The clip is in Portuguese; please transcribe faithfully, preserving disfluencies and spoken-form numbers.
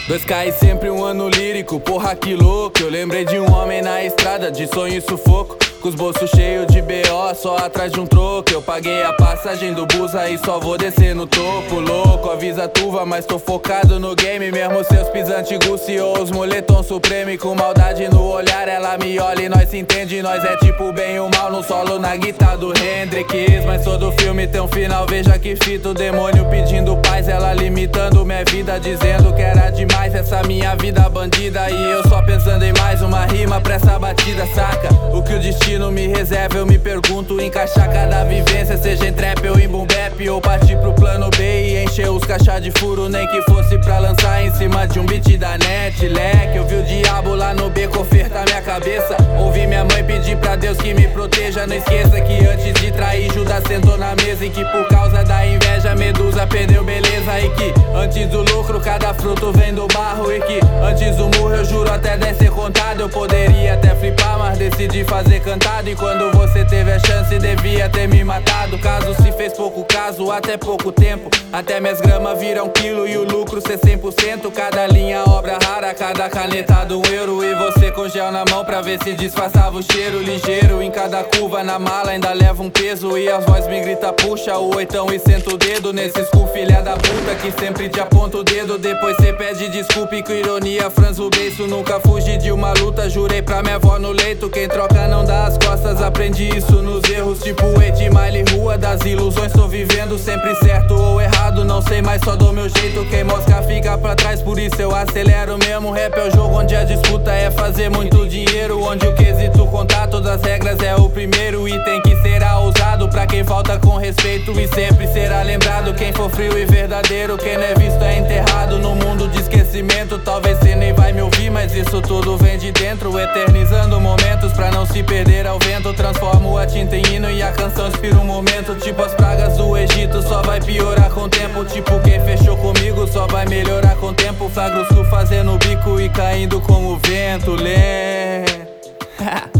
dois K e sempre um ano lírico, porra que louco. Eu lembrei de um homem na estrada, de sonho e sufoco, com os bolsos cheios de B O, só atrás de um troco. Eu paguei a passagem do bus, aí só vou descer no topo. Louco, avisa a turva, mas tô focado no game. Mesmo seus pisantes Gucci ou os moletom supremo, e com maldade no olhar ela me olha e nós se entende. Nós é tipo bem ou mal no solo na guitarra do Hendrix. Mas todo filme tem um final, veja que fita. O demônio pedindo paz, ela limitando minha vida, dizendo que era demais essa minha vida bandida. E eu só pensando em mais uma rima pra essa batida, saca? O que o destino me reserva, eu me pergunto. Encaixar cada vivência, seja em trap ou em boom bap, ou partir pro plano B e encher os caixa de furo, nem que fosse pra lançar em cima de um beat da net. Leque, eu vi o diabo lá no beco ofertar minha cabeça. Ouvi minha mãe pedir pra Deus que me proteja. Não esqueça que antes de trair, Judas sentou na mesa, e que por causa da inveja Medusa perdeu beleza. E que antes do lucro cada fruto vem do barro, e que antes do murro, eu juro até dez ser contado. Eu poderia até flipar, mas decidi fazer cantado. E quando você teve a chance, devia ter me matado. Caso se fez pouco caso, até pouco tempo, até minhas gramas viram um quilo e o lucro ser cem por cento. Cada linha obra rara, cada caneta do euro, e você com gel na mão pra ver se disfarçava o cheiro. Ligeiro em cada curva na mala, ainda leva um peso, e as vozes me grita puxa o oitão e senta o dedo nesses cu filha da puta que sempre te aponta o dedo. Depois cê pede desculpa e com ironia franz o beiço. Nunca fugi de uma luta, jurei pra minha avó no leito. Quem troca não dá as costas, aprendi isso nos erros. Tipo Ed Miley, rua das ilusões, tô vivendo sempre certo ou errado, não sei, mas só dou meu jeito. Quem mosca fica pra trás, por isso eu acelero mesmo. Rap é o jogo onde a disputa é fazer muito dinheiro, onde o quesito contar todas as regras é o primeiro item que será usado pra quem falta com respeito. E sempre será lembrado quem for frio e verdadeiro. Quem não é visto é enterrado no mundo de esquecimento. Talvez cê nem vai me ouvir, mas isso tudo vem de dentro, eternizando momentos pra não se perder ao vento. Transformo a tinta em hino e a canção inspira um momento. Tipo as pragas do Egito, só vai piorar com o tempo. Tipo quem fechou comigo, só vai melhorar com o tempo. Flagro sul fazendo bico e caindo com o vento lento.